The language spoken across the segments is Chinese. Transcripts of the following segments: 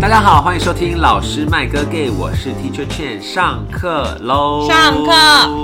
大家好，欢迎收听老师麦哥 gay， 我是 Teacher Chen， 上课喽！ 上课。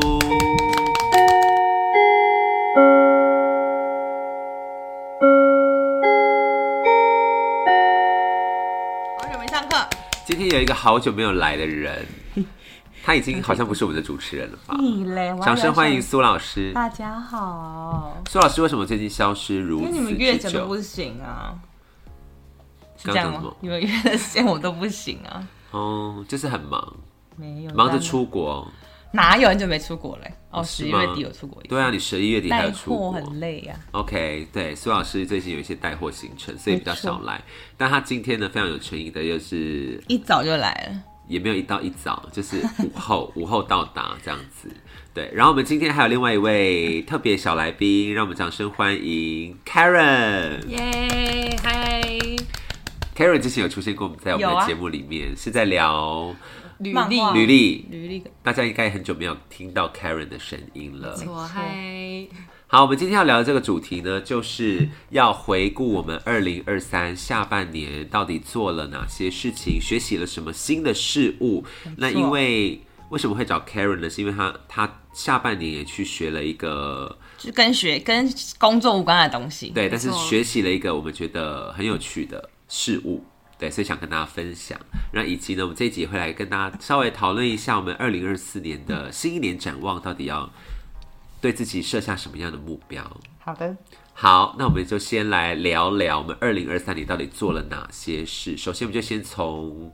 好久没上课。 今天有一个好久没有来的人，他已经好像不是我们的主持人了吧？ 你嘞？ 掌声欢迎苏老师。 大家好。 苏老师为什么最近消失如此之久？ 因为你们约着都不行啊。是这样吗？你们约的时间我都不行啊。 哦，就是很忙， 没有忙着出国。 哪有很久没出国嘞？哦，11月底有出国一次。 对啊，你11月底还有出国， 带货很累啊。 OK， 对，苏老师最近有一些带货行程，所以比较少来。但他今天呢，非常有诚意的，又是一早就来了， 也没有一早，就是午后到达这样子。对，然后我们今天还有另外一位特别小来宾，让我们掌声欢迎 Karen。 耶，嗨。 Karen 之前有出现过在我们的节目里面，是在聊履历，大家应该很久没有听到 Karen 的声音了。 嗨， 好，我们今天要聊的这个主题呢，就是要回顾我们2023下半年到底做了哪些事情，学习了什么新的事物。那因为什么会找 Karen 呢？是因为他下半年也去学了一个就跟工作无关的东西。 对，但是学习了一个我们觉得很有趣的事物。对，所以想跟大家分享。那以及呢，我们这一集也会来跟大家稍微讨论一下我们2024年的新一年展望，到底要对自己设下什么样的目标。 好的。 好，那我们就先来聊聊我们2023年到底做了哪些事。首先，我们就先从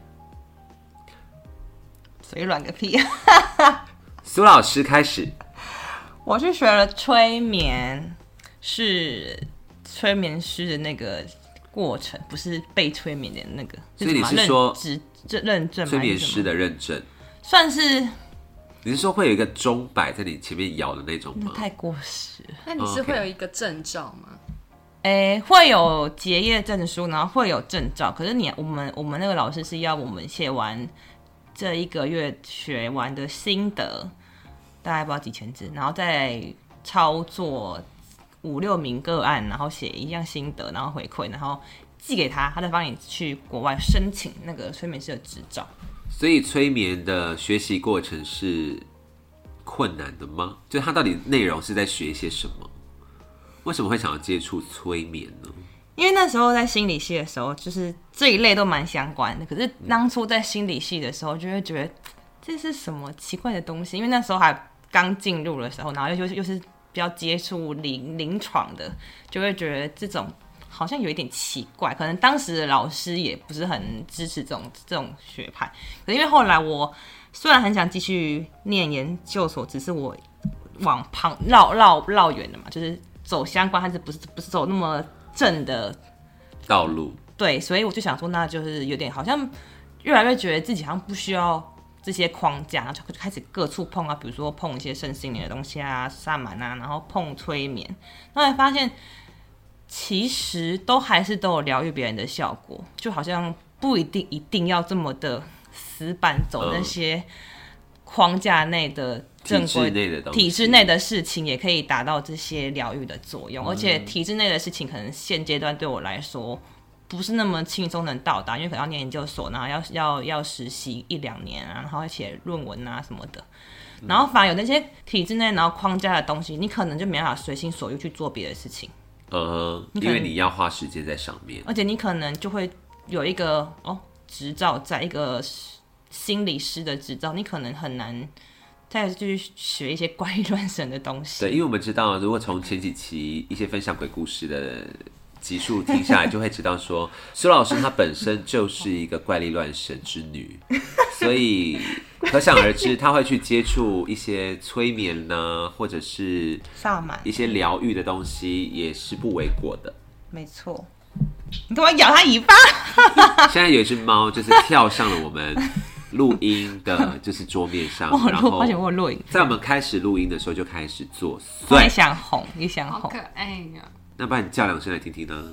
嘴软个屁！ 苏老师开始。 我去学了催眠，是催眠师的那个过程，不是被催眠的那个。 所以你是说认证催眠师的认证？ 算是。 你是说会有一个钟摆在你前面摇的那种吗？ 太过时了。 那你是会有一个证照吗？ 会有结业证书，然后会有证照。可是我们那个老师是要我们写完这一个月学完的心得，大概不知道几千字，然后再操作5-6名个案，然后写一样心得，然后回馈，然后寄给他，他再帮你去国外申请那个催眠师的执照。 所以催眠的学习过程是困难的吗？就它到底内容是在学一些什么？为什么会想要接触催眠呢？ 因为那时候在心理系的时候，就是这一类都蛮相关的。可是当初在心理系的时候，就会觉得这是什么奇怪的东西。因为那时候还刚进入的时候，然后又是比较接触临床的，就会觉得这种好像有一点奇怪。可能当时的老师也不是很支持这种学派。可是因为后来我虽然很想继续念研究所，只是我往旁绕远了嘛，就是走相关，但是不是走那么正的道路。对， 所以我就想说，那就是有点好像越来越觉得自己好像不需要这些框架，然后就开始各处碰啊，比如说碰一些身心灵的东西啊，萨满啊，然后碰催眠，然后才发现其实都有疗愈别人的效果，就好像不一定要这么的死板走那些框架内的正规体制内的事情，也可以达到这些疗愈的作用。而且体制内的事情可能现阶段对我来说不是那么轻松能到达，因为可能要念研究所，然后要实习1-2年啊，然后要写论文啊什么的。然后反而有那些体制内然后框架的东西，你可能就没办法随心所欲去做别的事情。 因为你要花时间在上面， 而且你可能就会有一个执照，在一个心理师的执照，你可能很难再去学一些怪力乱神的东西。 对，因为我们知道，如果从前几期一些分享鬼故事的集数听下来，就会知道说，苏老师她本身就是一个怪力乱神之女，所以可想而知，她会去接触一些催眠呢，或者是萨满一些疗愈的东西，也是不为过的。 没错。你干嘛咬它尾巴？ 现在有一只猫，就是跳上了我们录音的，就是桌面上，然后而且我录音， 在我们开始录音的时候就开始作祟。 你想哄， 好可爱呀！ 那不然你叫2声来听听呢？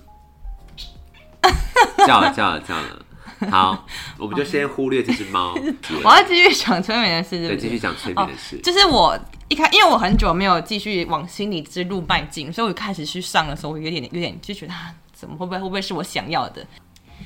叫了。好，我们就先忽略这只猫。 我要继续讲催眠的事， 对，继续讲催眠的事。 就是我因为我很久没有继续往心理之路迈进，所以我开始去上的时候，我有点就觉得怎么会不会是我想要的？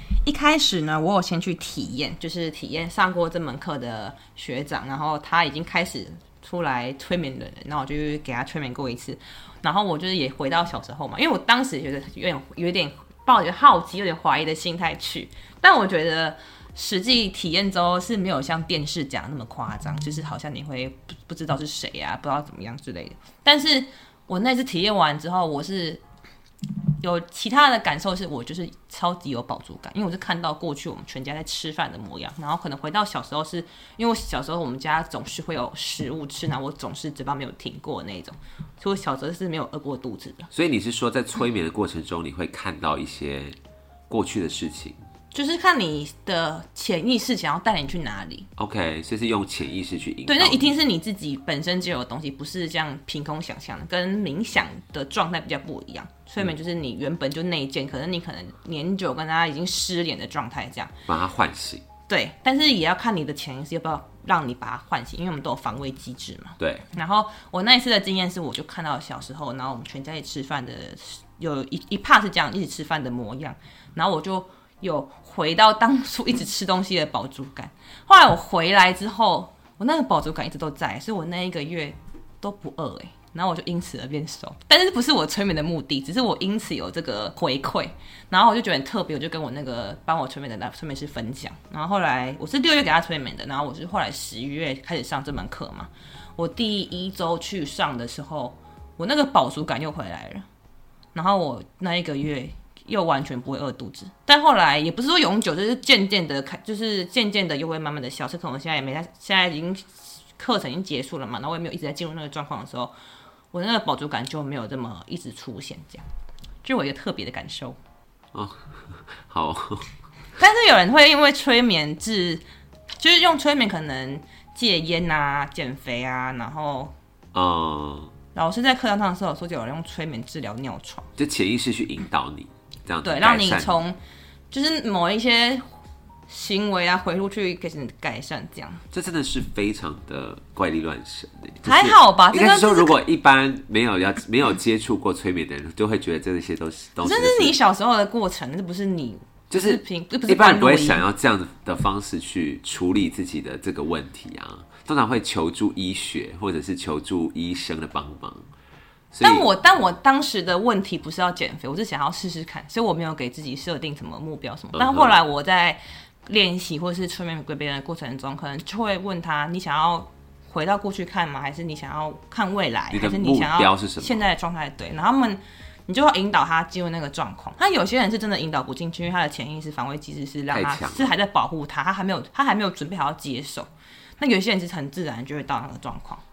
一开始呢，我有先去体验，就是体验上过这门课的学长，然后他已经开始出来催眠的人，然后我就给他催眠过一次，然后我就是也回到小时候嘛，因为我当时觉得有点抱着好奇、有点怀疑的心态去，但我觉得实际体验之后是没有像电视讲那么夸张，就是好像你会不知道是谁啊，不知道怎么样之类的。但是我那次体验完之后，我是有其他的感受，是我就是超级有饱足感，因为我是看到过去我们全家在吃饭的模样，然后可能回到小时候是因为我小时候我们家总是会有食物吃，然后我总是嘴巴没有停过的那种，所以我小时候是没有饿过肚子的。 所以你是说在催眠的过程中，你会看到一些过去的事情？ 就是看你的潜意识想要带你去哪里。 OK， 所以是用潜意识去引导。 对，那一定是你自己本身就有的东西，不是这样凭空想象的，跟冥想的状态比较不一样。催眠就是你原本就内建，可能你年久跟他已经失联的状态，这样把它唤醒。 对，但是也要看你的潜意识要不要让你把它唤醒，因为我们都有防卫机制嘛。 对。 然后我那一次的经验是，我就看到小时候，然后我们全家一起吃饭的，有一 part 是这样一起吃饭的模样，然后我就有回到当初一直吃东西的饱足感。后来我回来之后，我那个饱足感一直都在，所以我那一个月都不饿然后我就因此而变瘦。但是不是我催眠的目的，只是我因此有这个回馈，然后我就觉得很特别，我就跟我那个帮我催眠的催眠师分享。然后后来我是6月给他催眠的，然后我是后来11月开始上这门课嘛。我第1周去上的时候，我那个饱足感又回来了，然后我那一个月又完全不会饿肚子，但后来也不是说永久，就是渐渐的又会慢慢的消失。可能现在已经课程已经结束了嘛，然后我也没有一直在进入那个状况的时候，我那个饱足感就没有这么一直出现，这样就我一个特别的感受。 哦，好。 但是有人会因为催眠就是用催眠可能戒烟啊、减肥啊，然后老师在课堂上的时候说，有人用催眠治疗尿床， 就潜意识去引导你，这样子对，让你从就是某一些行为啊回路去给你改善，这样。这真的是非常的怪力乱神还好吧？ 应该是说，如果一般没有接触过催眠的人，就会觉得这些东西这是你小时候的过程，这不是你就是一般人不会想要这样子的方式去处理自己的这个问题啊，通常会求助医学或者是求助医生的帮忙。 但我当时的问题不是要减肥，我是想要试试看，所以我没有给自己设定什么目标什么。但后来我在练习或是催眠给别人的过程中，可能就会问他：你想要回到过去看吗？还是你想要看未来？还是你想要现在的状态？对，然后你就要引导他进入那个状况。他有些人是真的引导不进去，因为他的潜意识防卫机制是让他是还在保护他，他还没有准备好要接受。那有些人是很自然就会到那个状况。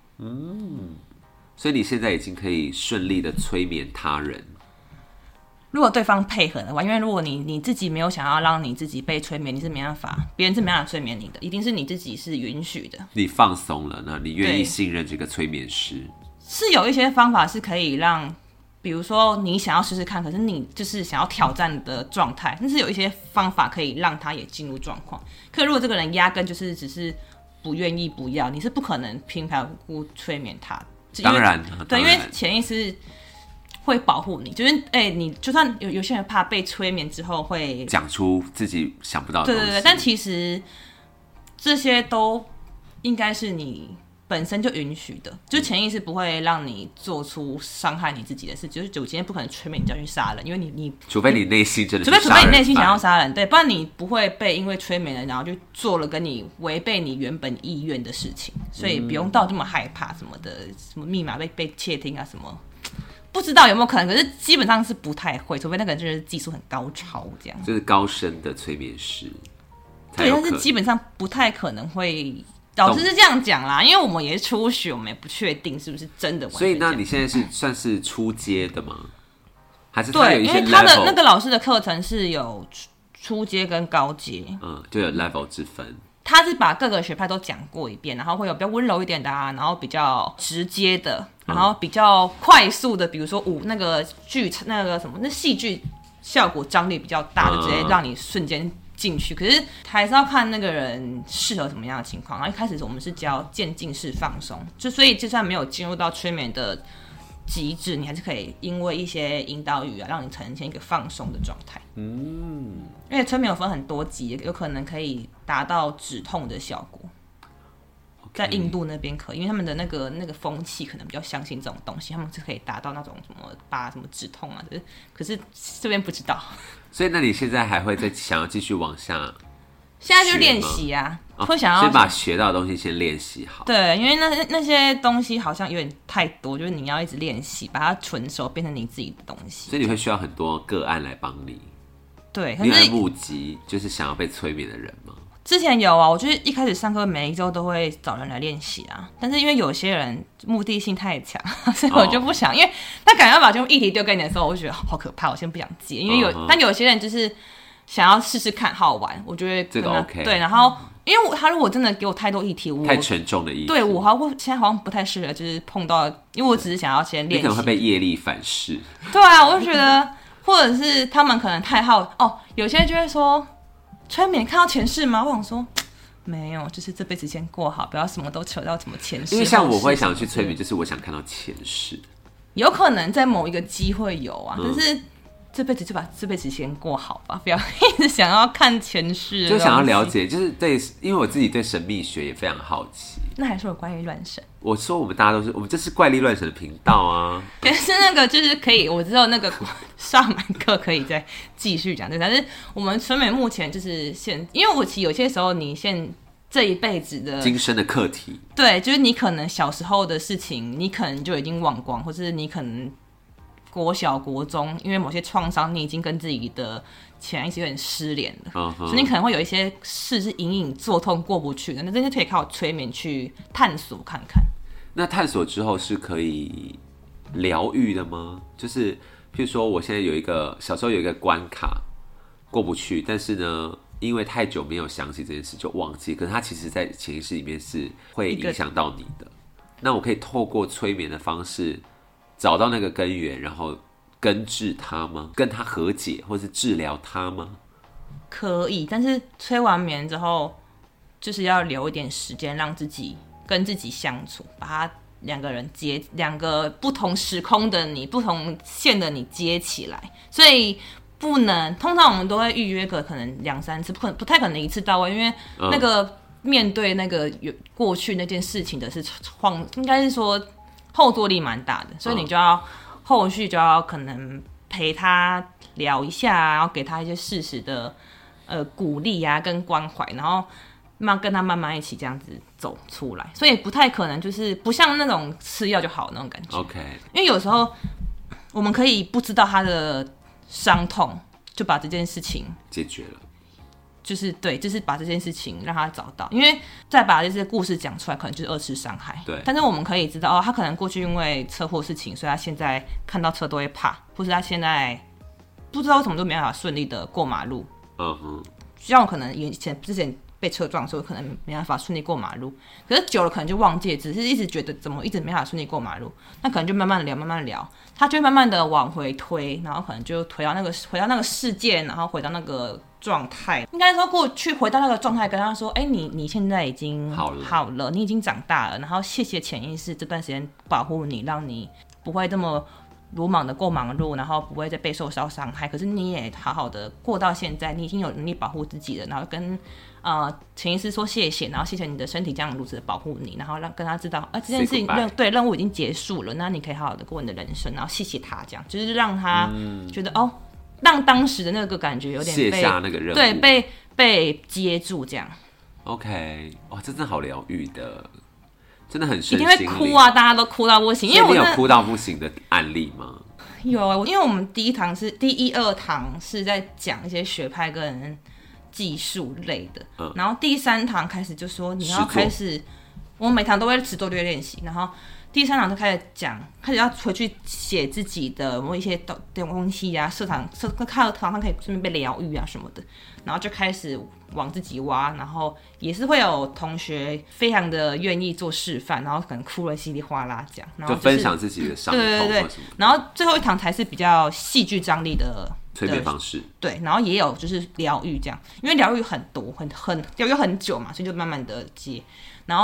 所以你现在已经可以顺利的催眠他人， 如果对方配合的话，因为如果你自己没有想要让你自己被催眠，你是没办法，别人是没办法催眠你的，一定是你自己是允许的。 你放松了，那你愿意信任这个催眠师。 是有一些方法是可以让，比如说你想要试试看，可是你就是想要挑战的状态，但是有一些方法可以让他也进入状况。可如果这个人压根就是只是不愿意不要，你是不可能平白无故催眠他。 当然， 对，因为潜意识会保护你，就是你就算有些人怕被催眠之后会讲出自己想不到的东西， 对，但其实这些都应该是你本身就允许的，就是潜意识不会让你做出伤害你自己的事，就是我今天不可能催眠你就要去杀人，因为你除非你内心真的是除非你内心想要杀人，对，不然你不会被因为催眠了然后就做了跟你违背你原本意愿的事情，所以不用到这么害怕什么的，什么密码被窃听啊什么，不知道有没有可能，可是基本上是不太会，除非那个人就是技术很高超这样， 就是高深的催眠师， 对，但是基本上不太可能会。老师是这样讲啦，因为我们也是初学，我们也不确定是不是真的。 所以那你现在是算是初阶的吗？还是他有一些 level？ 因为他的那个老师的课程是有初阶跟高阶， 就有 level 之分。 他是把各个学派都讲过一遍，然后会有比较温柔一点的啊，然后比较直接的，然后比较快速的，比如说那个那个什么，那戏剧效果张力比较大的，直接让你瞬间进去，可是还是要看那个人适合什么样的情况。然后一开始我们是教渐进式放松，所以就算没有进入到催眠的极致，你还是可以因为一些引导语啊，让你呈现一个放松的状态。因为催眠有分很多级，有可能可以达到止痛的效果。在印度那边可以，因为他们的那个风气可能比较相信这种东西，他们是可以达到那种什么止痛啊，可是这边不知道。 所以那你现在还会再想要继续往下？ 现在就练习啊，会想要先把学到的东西先练习好。 对，因为那些东西好像有点太多，就是你要一直练习，把它纯熟，变成你自己的东西。 所以你会需要很多个案来帮你。 对， 你有募集就是想要被催眠的人吗？ 之前有啊，我就是一开始上课每一周都会找人来练习啊，但是因为有些人目的性太强，所以我就不想，因为他感觉要把这种议题丢给你的时候，我就觉得好可怕，我先不想接，因为但有些人就是想要试试看好玩，我觉得这个 OK。 对，然后因为他如果真的给我太多议题， 太沉重的议题， 对我现在好像不太适合，就是碰到，因为我只是想要先练习， 你可能会被业力反噬。 对啊，我就觉得，或者是他们可能太有些人就会说。催眠看到前世吗？我想说没有，就是这辈子先过好，不要什么都扯到什么前世。 因为像我会想去催眠，就是我想看到前世， 有可能在某一个机会有啊，但是这辈子就把这辈子先过好吧，不要一直想要看前世， 就想要了解，就是对，因为我自己对神秘学也非常好奇。 那还是有怪力乱神。 我说我们大家我们这是怪力乱神的频道啊。 可是那个就是可以，我知道那个萨满课可以再继续讲，对。但是我们催眠目前就是因为我其实有些时候你这一辈子的今生的课题， 对，就是你可能小时候的事情，你可能就已经忘光，或是你可能国小、国中，因为某些创伤，你已经跟自己的潜意识有点失联了，所以你可能会有一些事是隐隐作痛过不去的，那这些可以靠催眠去探索看看。 那探索之后是可以疗愈的吗？就是譬如说，我现在小时候有一个关卡过不去，但是呢，因为太久没有想起这件事就忘记，可是它其实在潜意识里面是会影响到你的。那我可以透过催眠的方式找到那个根源，然后根治它吗？跟它和解，或是治疗它吗？ 可以，但是催完眠之后，就是要留一点时间让自己跟自己相处，把它两个不同时空的你、不同线的你接起来，所以不能。通常我们都会预约个可能2-3次，不太可能一次到位，因为那个面对那个过去那件事情的应该是说后坐力蛮大的，所以你就要后续就要可能陪他聊一下，然后给他一些适时的鼓励啊跟关怀，然后跟他慢慢一起这样子走出来，所以不太可能就是不像那种吃药就好那种感觉。 OK， 因为有时候我们可以不知道他的伤痛，就把这件事情解决了。 就是对，就是把这件事情让他找到，因为再把这些故事讲出来，可能就是2次伤害。 对， 但是我们可以知道，他可能过去因为车祸事情，所以他现在看到车都会怕，或是他现在不知道为什么都没办法顺利的过马路。像我可能之前被车撞的时候，可能没办法顺利过马路，可是久了可能就忘记，只是一直觉得怎么一直没办法顺利过马路，那可能就慢慢聊，他就会慢慢的往回推，然后可能就回到那个事件，然后回到那个状态，应该说过去回到那个状态，跟他说，你现在已经好了，你已经长大了，然后谢谢潜意识这段时间保护你，让你不会这么鲁莽的过忙碌，然后不会再被受伤害，可是你也好好的过到现在，你已经有能力保护自己了，然后跟潜意识说谢谢，然后谢谢你的身体这样如此的保护你，然后跟他知道这件事情任务已经结束了，那你可以好好的过你的人生，然后谢谢他，这样就是让他觉得让当时的那个感觉有点卸下那个任务， 对，被接住这样。 OK， 哇，这真的好疗愈的，真的很身心灵。 一定会哭啊，大家都哭到不行。因为你有哭到不行的案例吗？ 有，因为我们第1、2堂是在讲一些学派跟技术类的，然后第3堂开始就说你要开始，我们每堂都会实作略练习，然后第3堂就开始要回去写自己的某一些东西啊，课堂上可以顺便被疗愈啊什么的，然后就开始往自己挖，然后也是会有同学非常的愿意做示范，然后可能哭了稀里哗啦讲，然后就分享自己的伤痛或什么， 对，然后最后1堂才是比较戏剧张力的催眠方式， 对，然后也有就是疗愈这样，因为疗愈很多疗愈很久嘛，所以就慢慢的接，然后因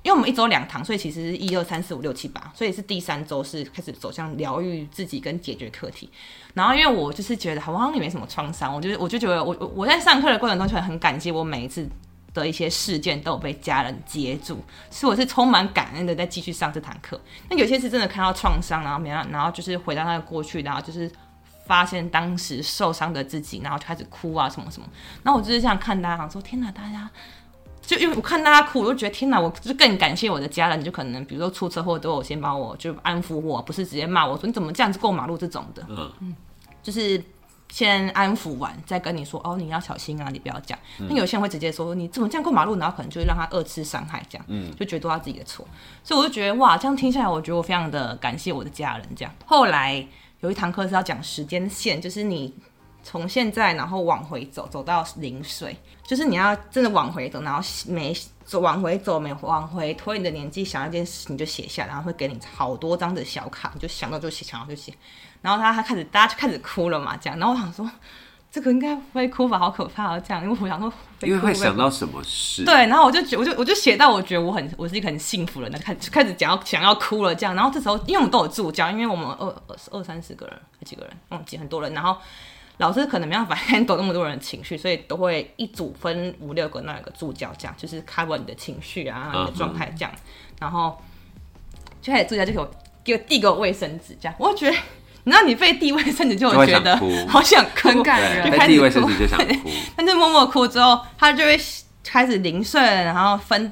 因为我们1周2堂，所以其实是1、2、3、4、5、6、7、8，所以是第3周是开始走向疗愈自己跟解决课题。然后因为我就是觉得好像也没什么创伤，我就觉得我在上课的过程中就很感激我每一次的一些事件都有被家人接住，所以我是充满感恩的在继续上这堂课。那有些是真的看到创伤，然后就是回到那个过去，然后就是发现当时受伤的自己，然后就开始哭啊什么什么。然后我就是这样看大家，想说天哪，大家就因为我看大家哭，我就觉得天哪，我就更感谢我的家人，就可能比如说出车祸都有先帮我就安抚我，不是直接骂我说你怎么这样子过马路这种的，就是先安抚完再跟你说哦你要小心啊，你不要这样。那有些人会直接说你怎么这样过马路，然后可能就会让他2次伤害这样，就觉得都是他自己的错。所以我就觉得哇，这样听下来，我觉得我非常的感谢我的家人这样。后来有一堂课是要讲时间线，就是你从现在然后往回走，走到0岁，就是你要真的往回走，然后往回走，每往回推你的年纪，想要一件事情就写下来，然后会给你好多张的小卡，你就想到就写，想到就写。然后大家就开始哭了嘛，这样。然后我想说，这个应该不会哭吧？好可怕哦，这样。因为我想说， 因为会想到什么事。 对，然后我就写到，我觉得我是一个很幸福的人，开始想要哭了这样。然后这时候，因为我们都有助教，因为我们二三十个人，几个人，忘记很多人。然后老师可能没办法 handle 那么多人的情绪，所以都会一组分5、6个那个助教这样，就是 cover 你的情绪啊、你的状态这样。然后就开始助教就递给我卫生纸这样，我觉得。你知道你被递卫生纸就会觉得好想哭， 很感人， 被递卫生纸就想哭。 但是默默哭之后，他就会开始0岁了，然后分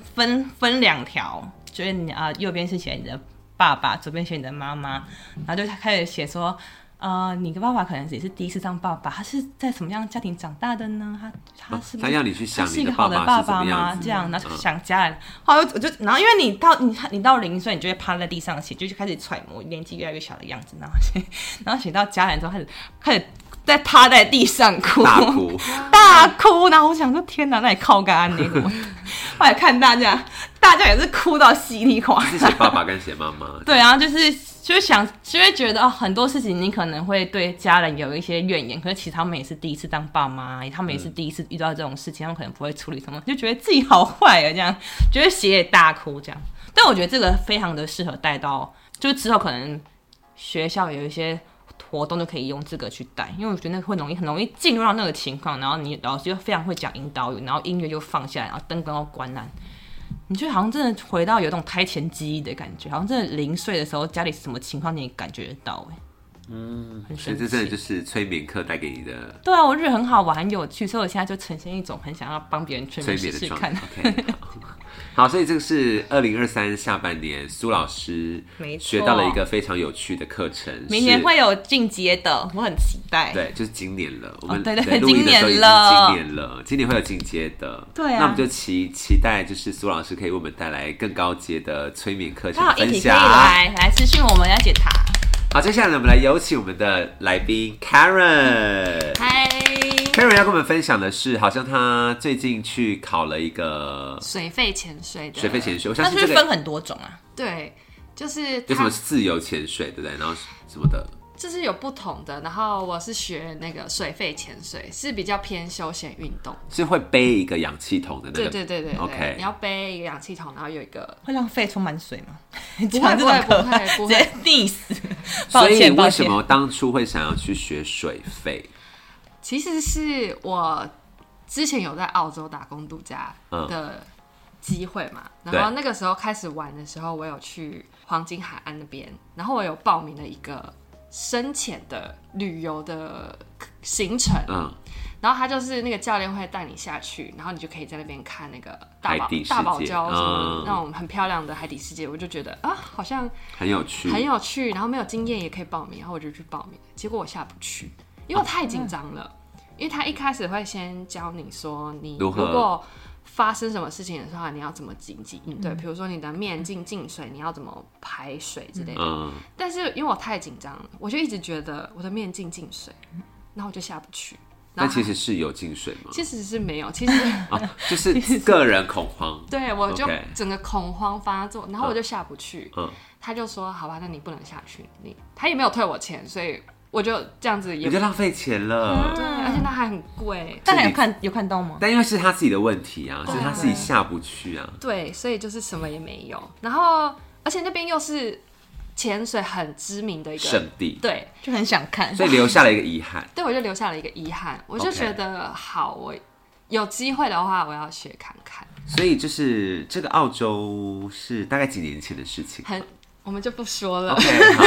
2条，就是你右边是写你的爸爸，左边写你的妈妈，然后就开始写说。你的爸爸可能也是第一次当爸爸，他是在什么样的家庭长大的呢？他是不是他让你去想你的爸爸是什么样子？这样，然后想家人。后来然后因为你到0岁，你就会趴在地上写，就开始揣摩年纪越来越小的样子，然后写到家人之后，开始在趴在地上哭，大哭。然后我想说，天哪，那你靠干你怎么？后来看大家也是哭到稀里哗啦。 是写爸爸跟写妈妈。 对，然后就会觉得很多事情你可能会对家人有一些怨言，可是其实他们也是第一次当爸妈，他们也是第一次遇到这种事情，他们可能不会处理什么，就觉得自己好坏啊，这样，觉得写也大哭这样。但我觉得这个非常的适合带到，就是之后可能学校有一些活动就可以用这个去带，因为我觉得那会很容易进入到那个情况，然后你老师就非常会讲引导语，然后音乐就放下来，然后灯光要关暗。你就好像真的回到有种胎前记忆的感觉，好像真的0岁的时候家里是什么情况你也感觉得到所以这真的就是催眠课带给你的。 对啊，我觉得很好玩很有趣，所以我现在就呈现一种很想要帮别人催眠试试看。 Okay, 好，所以这个是2023下半年苏老师学到了一个非常有趣的课程， 明年会有进阶的，我很期待。 对，就是今年了，我们对录音的时候已经今年了，今年会有进阶的。 对啊， 那我们就期待就是苏老师可以为我们带来更高阶的催眠课程分享。 一起可以来私讯我们要解答。 好，接下来呢，我们来有请我们的来宾 Karen。 嗨 ，Karen 要跟我们分享的是，好像她最近去考了一个水肺潜水的。 我相信这个分很多种啊。 对，就是有什么自由潜水，对不对？然后什么的。 就是有不同的，然后我是学那个水肺潜水，是比较偏休闲运动， 是会背一个氧气筒的那个。 对 ，OK， 你要背一个氧气筒，然后有一个会让肺充满水吗？ 不会， 直接溺死。 所以为什么当初会想要去学水肺？ 其实是我之前有在澳洲打工度假的机会嘛，然后那个时候开始玩的时候，我有去黄金海岸那边，然后我有报名了一个深潜的旅游的行程，然后他就是那个教练会带你下去，然后你就可以在那边看那个大堡礁什么那种很漂亮的海底世界，我就觉得啊，好像很有趣， 然后没有经验也可以报名，然后我就去报名，结果我下不去，因为我太紧张了，因为他一开始会先教你说你如果发生什么事情的时候，你要怎么紧急应对？比如说你的面镜进水，你要怎么排水之类的。但是因为我太紧张了，我就一直觉得我的面镜进水，然后我就下不去。 但其实是有进水吗？ 其实是没有，其实就是个人恐慌。 对，我就整个恐慌发作，然后我就下不去。他就说：“好吧，那你不能下去。”他也没有退我钱，所以我就这样子也你就浪费钱了。 对，而且那还很贵。 但有看到吗？ 但因为是他自己的问题啊，所以他自己下不去啊。 对，所以就是什么也没有。然后，而且那边又是潜水很知名的一个圣地， 对， 就很想看， 所以留下了一个遗憾。 对，我就留下了一个遗憾。我就觉得好，我有机会的话，我要学看看。 所以就是这个澳洲是大概几年前的事情， 我们就不说了。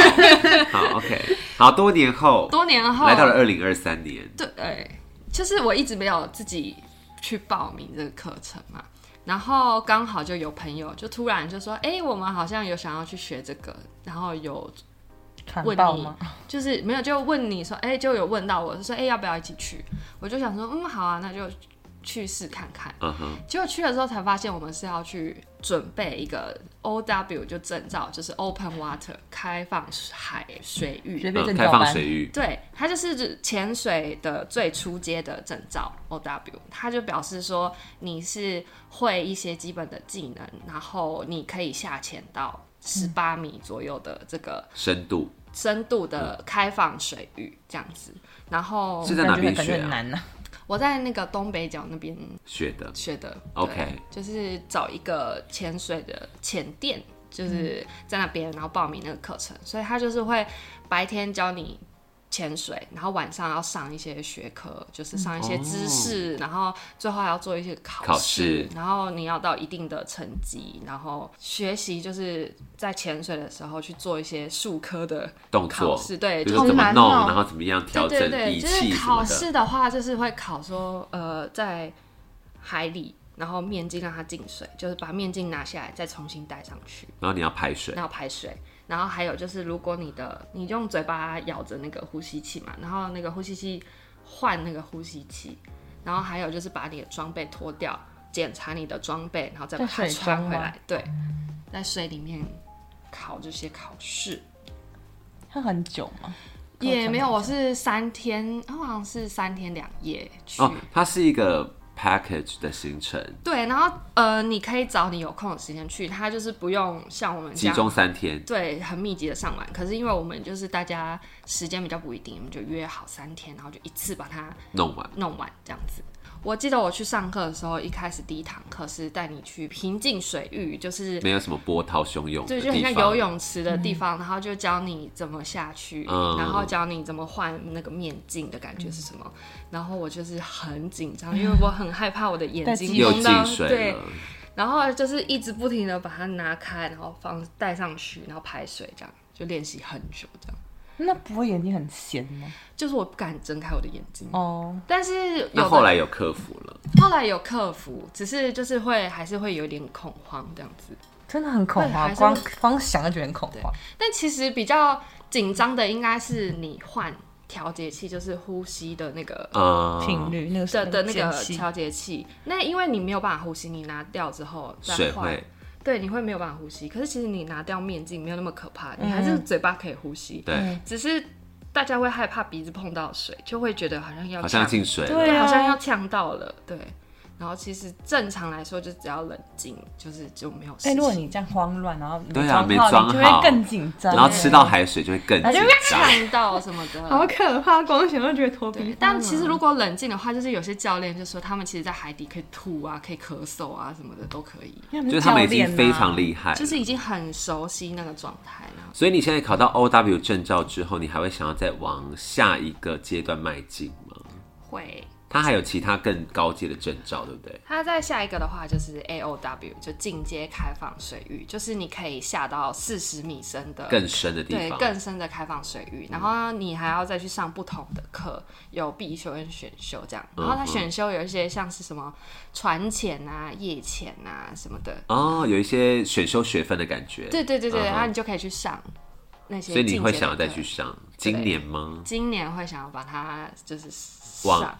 OK， 好 ，OK， 好，多年后来到了2023年， 对，就是我一直没有自己去报名这个课程嘛，然后刚好就有朋友就突然就说，我们好像有想要去学这个，然后有问你，就是没有就问你说，就有问到我，就说，要不要一起去？我就想说，好啊，那就去试看看。结果去了之后才发现，我们是要去准备一个 OW 就证照，就是 Open Water 开放海水域， 开放水域。 对，它就是潜水的最初阶的证照 OW， 它就表示说你是会一些基本的技能，然后你可以下潜到18米左右的这个深度的开放水域这样子。然后是在哪边学啊？ 我在那个东北角那边学的 ，OK， 就是找一个潜水的潜店，就是在那边，然后报名那个课程，所以他就是会白天教你潜水，然后晚上要上一些学科，就是上一些知识，然后最后还要做一些考试，然后你要到一定的成绩，然后学习就是在潜水的时候去做一些术科的动作， 对， 就是怎么弄，然后怎么样调整仪器什么的。 就是考试的话，就是会考说，在海里，然后面镜让它进水，就是把面镜拿下来，再重新戴上去， 然后你要排水， 然后还有就是，如果你用嘴巴咬着那个呼吸器嘛，然后那个呼吸器换那个呼吸器，然后还有就是把你的装备脱掉，检查你的装备，然后再把它穿回来。对，在水里面考这些考试。 它很久吗？ 也没有，我是3天，好像是3天2夜去。 它是一个package 的行程， 对，然后你可以找你有空的时间去，它就是不用像我们这样集中3天， 对，很密集的上完。可是因为我们就是大家时间比较不一定，我们就约好3天，然后就一次把它弄完这样子。我记得我去上课的时候，一开始第一堂课是带你去平静水域，就是没有什么波涛汹涌的地方， 对，就很像游泳池的地方，然后就教你怎么下去，然后教你怎么换那个面镜的感觉是什么。然后我就是很紧张，因为我很害怕我的眼睛又进水了， 对，然后就是一直不停的把它拿开，然后戴上去，然后排水，这样就练习很久这样。 那不会眼睛很咸吗？ 就是我不敢睁开我的眼睛但是那后来有克服了， 只是就是还是会有点恐慌这样子， 真的很恐慌，光想就觉得很恐慌。 但其实比较紧张的应该是你换调节器，就是呼吸的那个频率，那个的那个调节器。那因为你没有办法呼吸，你拿掉之后再换。对，你会没有办法呼吸。可是其实你拿掉面镜没有那么可怕，你还是嘴巴可以呼吸。 对， 只是大家会害怕鼻子碰到水，就会觉得好像好像进水了， 对，好像要呛到了，对。然后其实正常来说，就只要冷静，就没有事情。 如果你这样慌乱，然后对啊，没装好， 你就会更紧张， 然后吃到海水就会更紧张， 呛到什么的， 好可怕！光想都觉得头皮。 但其实如果冷静的话，就是有些教练就说，他们其实在海底可以吐啊，可以咳嗽啊什么的都可以， 就是他们已经非常厉害， 就是已经很熟悉那个状态了。 所以你现在考到 OW 证照之后，你还会想要再往下一个阶段迈进吗？ 会。 它还有其他更高阶的证照，对不对？ 它在下一个的话就是 AOW， 就进阶开放水域，就是你可以下到40米深的更深的地方， 对，更深的开放水域。然后你还要再去上不同的课，有必修跟选修这样。然后它选修有一些像是什么船潜啊、夜潜啊什么的有一些选修学分的感觉。 对，然后你就可以去上那些。 所以你会想要再去上？今年吗？ 今年会想要把它就是往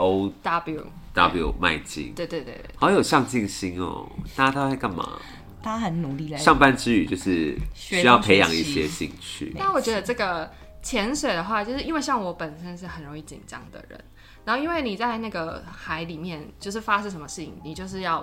AOW 迈进， 对， 好有上进心哦！大家都在干嘛？ 大家很努力来上班之余，就是需要培养一些兴趣。 但我觉得这个潜水的话，就是因为像我本身是很容易紧张的人，然后因为你在那个海里面，就是发生什么事情，你就是要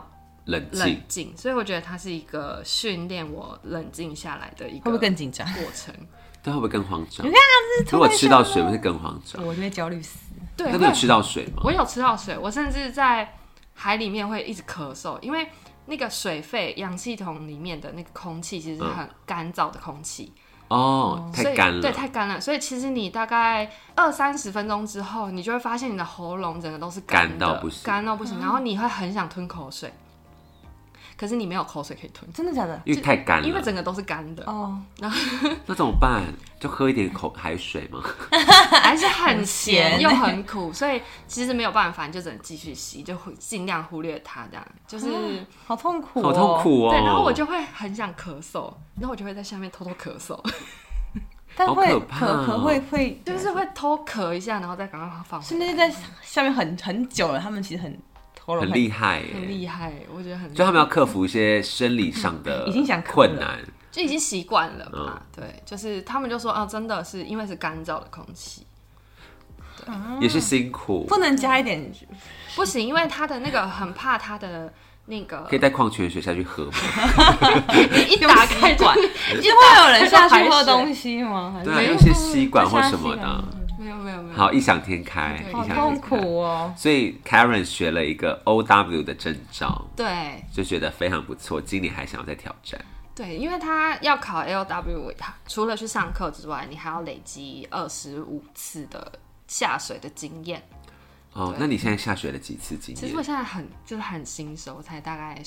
冷静， 所以我觉得它是一个训练我冷静下来的一个会不会更紧张过程？ 对，会不会更慌张？ 你看如果吃到水，会更慌张。 我就会焦虑死。 对， 那你有吃到水吗？ 我有吃到水，我甚至在海里面会一直咳嗽，因为那个水肺氧气筒里面的那个空气其实是很干燥的空气。 太干了， 对，太干了，所以其实你大概20-30分钟之后，你就会发现你的喉咙整个都是干的，干到不行，然后你会很想吞口水，可是你没有口水可以吞， 真的假的？ 因为太干了， 因为整个都是干的。然后那怎么办？就喝一点海水吗？ 还是很咸又很苦，所以其实没有办法，你就只能继续吸，就尽量忽略它，这样就是好痛苦， 好痛苦哦。 对，然后我就会很想咳嗽，然后我就会在下面偷偷咳嗽。 但会好可怕会就是会偷咳一下，然后再赶快放回来。 是那些在下面很久了，他们其实很厉害， 很厉害，我觉得很厉害。 就他们要克服一些生理上的已经想困难， 就已经习惯了嘛。对，就是他们就说真的是因为是干燥的空气， 也是辛苦， 不能加一点， 不行，因为他的那个很怕他的。那个可以带矿泉水下去喝吗？ 一打开管，就会有人下去喝东西吗？ 对啊，用一些吸管或什么的。 没有。 好，异想天开， 好痛苦哦。 所以 Karen 学了一个 OW 的证照， 对， 就觉得非常不错，今年还想要再挑战。 对，因为他要考 LW， 除了去上课之外，你还要累积25次的下水的经验。 那你现在下水了几次经验？ 其实我现在很新手，才大概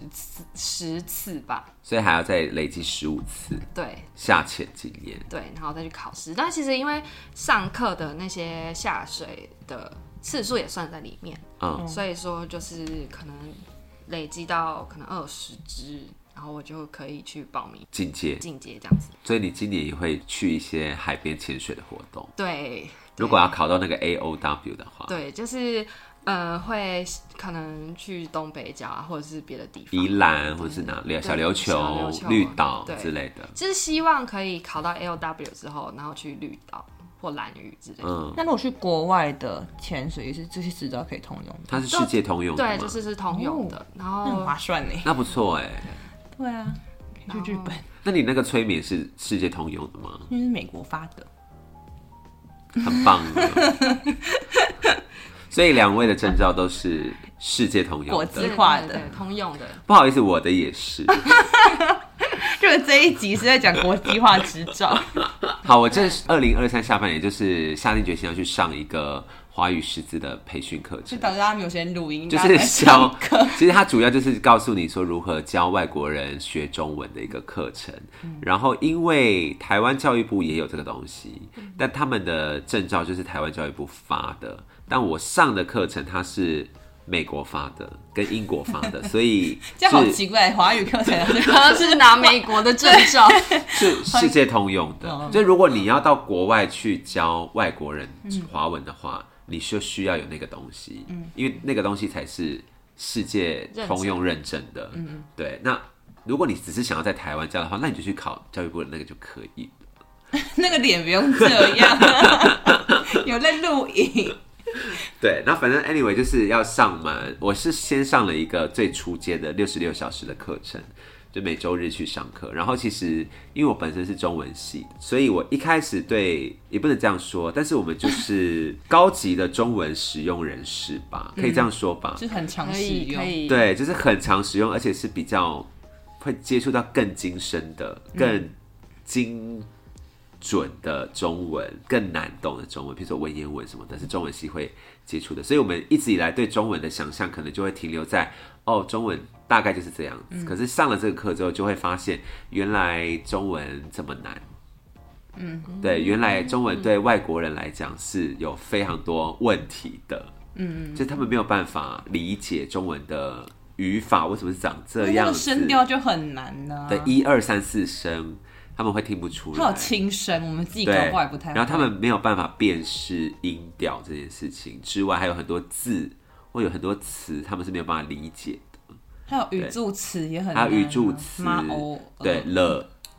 10次吧， 所以还要再累积15次， 对， 下潜经验， 对，然后再去考试。但其实因为上课的那些下水的次数也算在里面，所以说就是可能累积到可能20支，然后我就可以去报名进阶这样子。 所以你今年也会去一些海边潜水的活动， 对。 如果要考到那个 AOW 的话， 对，就是会可能去东北角啊，或者是别的地方， 宜兰或者是哪里小琉球、绿岛之类的， 就是希望可以考到 AOW 之后，然后去绿岛或兰屿之类的。 那如果去国外的潜水，也是这些执照可以通用的？ 它是世界通用的吗？ 对，就是通用的，然后很划算呢。 那不错哎。 对啊，去日本。 那你那个催眠是世界通用的吗？ 因为是美国发的。 很棒的，所以2位的证照都是世界通用的、 国际化的、 对通用的。 不好意思，我的也是。 就是这一集是在讲国际化执照。 好，我这2023下半年就是下定决心要去上一个华语识字的培训课程， 就导致他没有时间录音， 就是教。其实它主要就是告诉你说如何教外国人学中文的一个课程。然后因为台湾教育部也有这个东西，但他们的证照就是台湾教育部发的，但我上的课程它是美国发的跟英国发的，所以这样好奇怪，华语课程可能是拿美国的证照， 是世界通用的。就如果你要到国外去教外国人华文的话，你就需要有那个东西，因为那个东西才是世界通用认证的。对。那如果你只是想要在台湾教的话，那你就去考教育部的那个就可以了。 那个脸不用这样，有在录影。 对，那反正 anyway 就是要上满，我是先上了一个最初阶的66小时的课程，就每周日去上课。然后其实因为我本身是中文系的，所以我一开始也不能这样说，但是我们就是高级的中文使用人士吧，可以这样说吧， 就是很常使用， 对，就是很常使用，而且是比较会接触到更精深的、更精准的中文，更难懂的中文，比如说文言文什么的，是中文系会接触的。所以我们一直以来对中文的想象，可能就会停留在中文大概就是这样子。可是上了这个课之后，就会发现原来中文这么难。对，原来中文对外国人来讲是有非常多问题的。就是他们没有办法理解中文的语法为什么是长这样子， 声调就很难呢。 对，1、2、3、4声。他们会听不出来， 还有轻声，我们自己搞不好也不太会。 然后他们没有办法辨识音调这件事情之外，还有很多字或有很多词，他们是没有办法理解的。 还有语助词也很难， 还有语助词，对了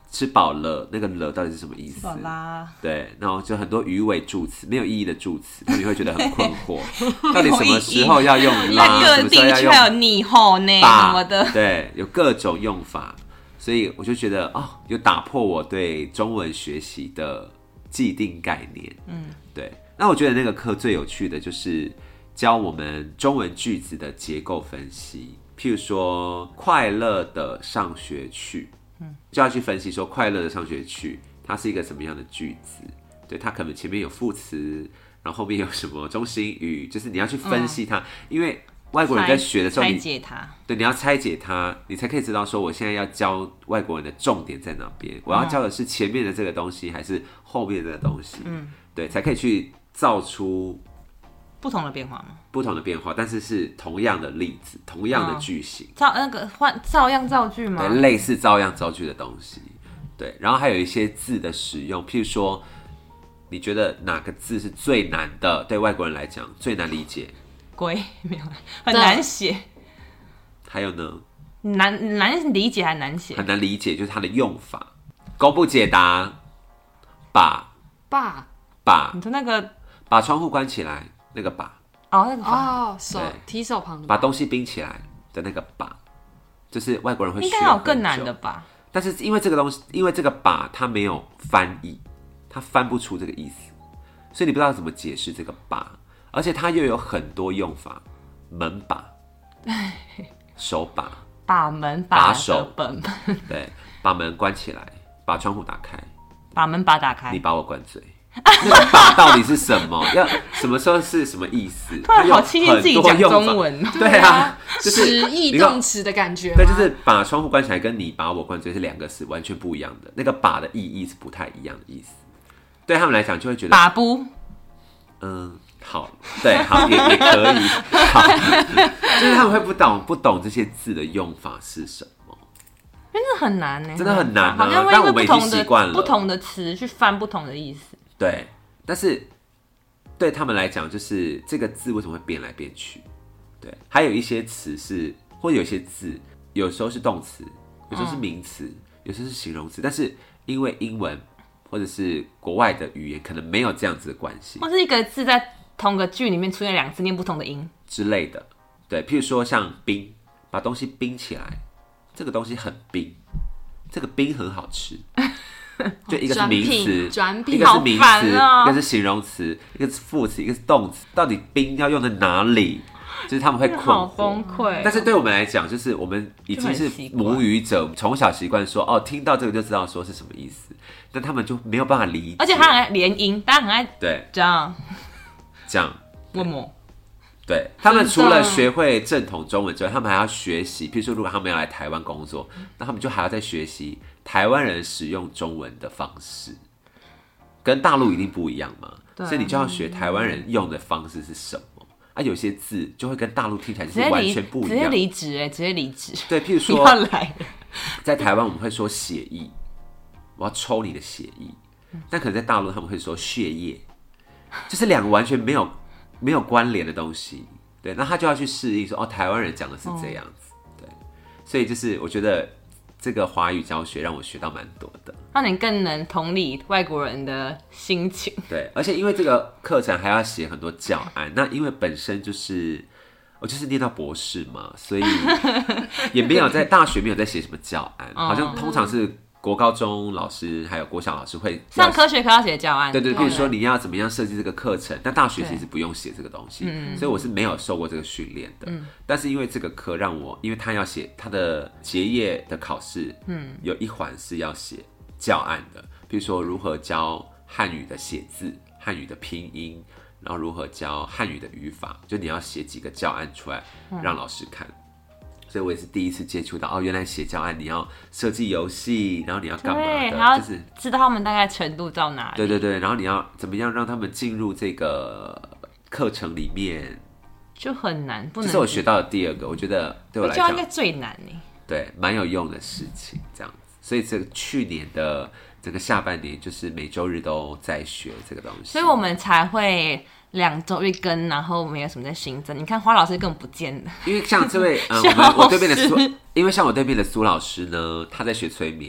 吃饱了，那个了到底是什么意思？ 吃饱啦。 对，然后就很多鱼尾助词，没有意义的助词，他们会觉得很困惑，到底什么时候要用啦，什么时候要用还有你吼呢什么的， 对，有各种用法，所以我就觉得有打破我对中文学习的既定概念。对。那我觉得那个课最有趣的就是教我们中文句子的结构分析，譬如说快乐的上学去。就要去分析说快乐的上学去它是一个什么样的句子，对，它可能前面有副词，然后后面有什么中心语，就是你要去分析它，因为外国人在学的时候拆解它， 对，你要拆解它，你才可以知道说我现在要教外国人的重点在哪边，我要教的是前面的这个东西还是后面的这个东西，对，才可以去造出不同的变化吗？ 不同的变化，但是是同样的例子，同样的句型， 照样造句吗？ 对，类似照样造句的东西。对，然后还有一些字的使用，譬如说，你觉得哪个字是最难的？对外国人来讲最难理解？ 龟没有，很难写。 还有呢？ 难理解还难写？ 很难理解，就是它的用法。公布解答，把， 你说那个把窗户关起来。那个把那个把手提手旁的把东西冰起来的那个把，就是外国人会学应该有更难的吧？ 但是因为这个东西，因为这个把它没有翻译，它翻不出这个意思，所以你不知道怎么解释这个把，而且它又有很多用法，门把、手把、 把门把手、 本对，把门关起来，把窗户打开， 把门把打开， 你把我灌醉。那个把到底是什么？要什么时候是什么意思？ 突然好庆幸自己讲中文。 对啊，就是词义动词的感觉。 对，就是把窗户关起来跟你把我灌醉是两个是完全不一样的。那个把的意义是不太一样的意思。对他们来讲就会觉得把不， 好，对，好也可以，好，就是他们会不懂这些字的用法是什么。 真的很难呢， 真的很难啊！ 好像会但我们已经习惯了不同的词去翻不同的意思。 对，但是对他们来讲，就是这个字为什么会变来变去？对，还有一些词是，或者有些字，有时候是动词，有时候是名词，有时候是形容词，但是因为英文或者是国外的语言可能没有这样子的关系， 或是一个字在同个句里面出现两次念不同的音之类的。对，譬如说像冰，把东西冰起来。这个东西很冰，这个冰很好吃，就一个是名词，一个是名词，一个是形容词，一个是副词，一个是动词，到底冰要用在哪里？就是他们会困惑， 好崩溃。 但是对我们来讲，就是我们已经是母语者，从小习惯说听到这个就知道说是什么意思，但他们就没有办法理解， 而且他很爱连音，大家很爱对这样问我。对，他们除了学会正统中文之外，他们还要学习，譬如说如果他们要来台湾工作，那他们就还要再学习台湾人使用中文的方式，跟大陆一定不一样嘛，所以你就要学台湾人用的方式是什么啊？有些字就会跟大陆听起来就是完全不一样， 直接离职直接离职。 对，譬如说要来在台湾我们会说血液，我要抽你的血液，但可能在大陆他们会说血液，就是两个完全没有关联的东西，对，那他就要去适应说台湾人讲的是这样子，对，所以就是我觉得这个华语教学让我学到蛮多的， 让你更能同理外国人的心情。 对，而且因为这个课程还要写很多教案，那因为本身就是我就是念到博士嘛，所以也没有在大学没有在写什么教案，好像通常是国高中老师还有国小老师会上科学课要写教案， 对，比如说你要怎么样设计这个课程，但大学其实不用写这个东西，所以我是没有受过这个训练的。但是因为这个课让我，因为他要写他的结业的考试，有一环是要写教案的，比如说如何教汉语的写字、汉语的拼音，然后如何教汉语的语法，就你要写几个教案出来让老师看。所以我也是第一次接触到原来写教案你要设计游戏，然后你要干嘛的，就是知道他们大概程度到哪里。 对，然后你要怎么样让他们进入这个课程里面， 就很难。 这是我学到的第二个，我觉得对我来讲应该最难耶。 对，蛮有用的事情，这样子。所以这个去年的整个下半年，就是每周日都在学这个东西， 所以我们才会2周一更，然后没有什么在新增。你看花老师根本不见了， 因为像这位我对面的苏，因为像我对面的苏老师呢，他在学催眠，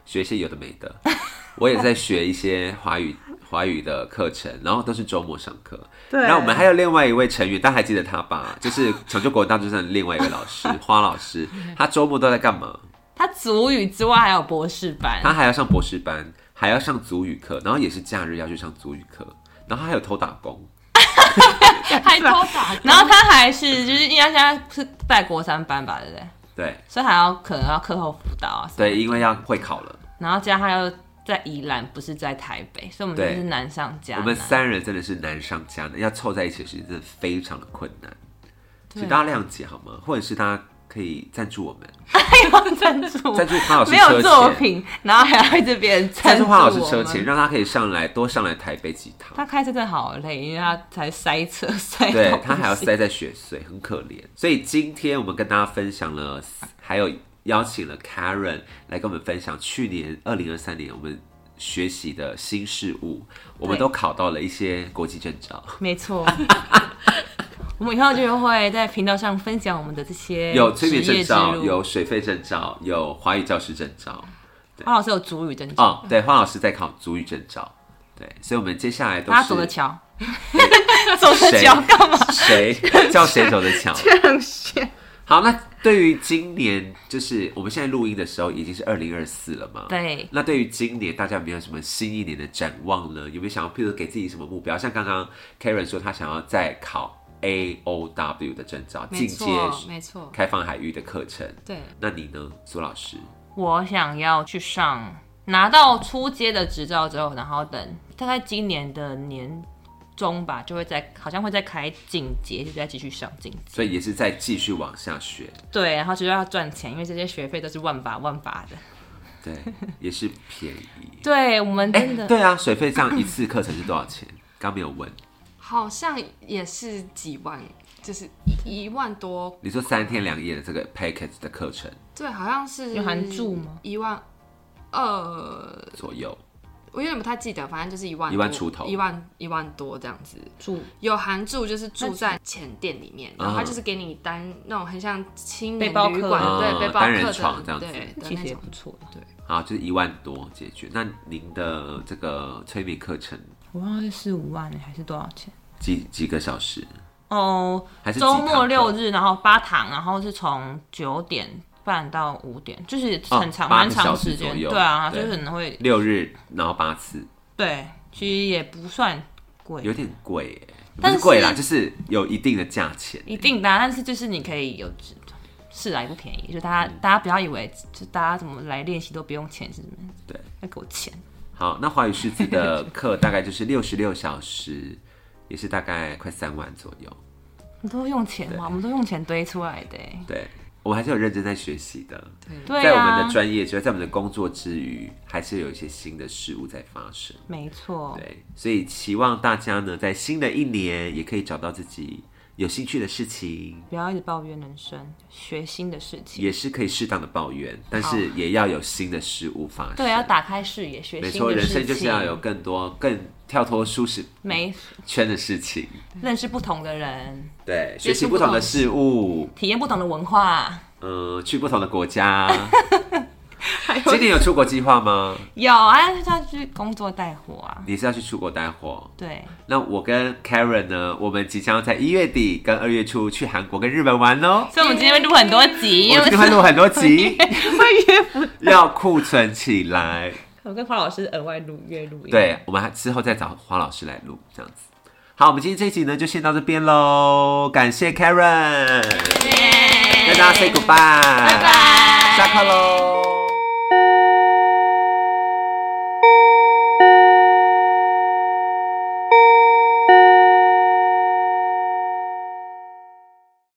学一些有的没的。我也在学一些华语的课程，然后都是周末上课。 对， 然后我们还有另外一位成员，大家还记得他吧？就是长久国文大专生的另外一位老师花老师，他周末都在干嘛？ 他族语之外还有博士班， 他还要上博士班，还要上族语课，然后也是假日要去上族语课，然后他还有偷打工。 还偷打工， 然后他还是就是因为他现在是带国3班吧，对不对？ 对， 所以可能要课后辅导啊。 对，因为要会考了。 然后加上他又在宜兰，不是在台北，所以我们真的是难上加难。 我们3人真的是难上加难，要凑在一起的时间真的非常的困难，所以大家谅解好吗？或者是大家可以赞助我们， 要赞助花老师没有作品，然后还要在这边赞助花老师车钱，让他可以多上来台北几趟。 他开车真的好累，因为他才塞车塞， 对他还要塞在雪隧，很可怜。所以今天我们跟大家分享了，还有邀请了 Karen 来跟我们分享去年2023年我们学习的新事物，我们都考到了一些国际证照。 没错。我们以后就会在频道上分享我们的这些有催眠证照，有水肺证照，有华语教师证照。 花老师有族语证照哦，对，花老师在考族语证照。对，所以我们接下来都是他走的桥，走的桥干嘛？ 谁叫谁走的桥？ 这样写。 好，那对于今年，就是我们现在录音的时候已经是2024了嘛？ 对。 那对于今年，大家有没有什么新一年的展望呢？有没有想要，譬如给自己什么目标？像刚刚 Karen 说，他想要再考 AOW 的证照，进阶没错， 开放海域的课程。 对。 那你呢，苏老师？ 我想要去上，拿到初阶的执照之后，然后等大概今年的年中吧，就会好像会再开进阶，就再继续上进阶， 所以也是再继续往下学。 对，然后就要赚钱，因为这些学费都是万把的。 对，也是便宜。 对，我们真的、 对啊，水费这样一次课程是多少钱？刚没有问。 好像也是几万，就是1万多。 你说3天2夜的这个 package 的课程？ 对，好像是有含住吗 ？12000 左右。 我有点不太记得，反正就是1万出头 ，1万多这样子。 住有含住，就是住在前店里面，然后他就是给你那种很像青年旅馆，对，背包客单人床这样子， 对， 其实也不错。 对， 好，就是1万多解决。那您的这个催眠课程， 我忘了是4-5万还是多少钱？ 几个小时？ 哦， 还是周末6日，然后8堂，然后是从9点半到5点，就是很长蛮长时间。对啊，就是可能会 6日，然后8次。 对，其实也不算贵， 有点贵耶，不是贵啦，就是有一定的价钱。 一定的，但是就是你可以有是来不便宜，就大家不要以为就大家怎么来练习都不用钱，是不是？ 对， 要给我钱。 好，那华语识字的课大概就是66小时，也是大概快3万左右。 你都用钱吗？我们都用钱堆出来的。 对，我们还是有认真在学习的。 对， 在我们的专业之外，在我们的工作之余，还是有一些新的事物在发生。 没错。 对，所以期望大家呢，在新的一年也可以找到自己有兴趣的事情， 不要一直抱怨人生，学新的事情也是可以适当的抱怨，但是也要有新的事物发生。 对，要打开视野，学新的事情。 没错，人生就是要有更多、更跳脱舒适圈的事情， 认识不同的人， 对，学习不同的事物， 体验不同的文化， 去不同的国家。今年有出国计划吗？ 有啊，要去工作带货啊。 你是要去出国带货？ 对。 那我跟 Karen 呢？我们即将在1月底跟2月初去韩国跟日本玩哦。 所以我们今天会录很多集， 我们今天会录很多集，要库存起来。 我跟花老师额外约录音。 对，我们之后再找花老师来录，这样子。好，我们今天这一集呢就先到这边喽，感谢 Karen，跟大家 say goodbye， 拜拜， 下课喽。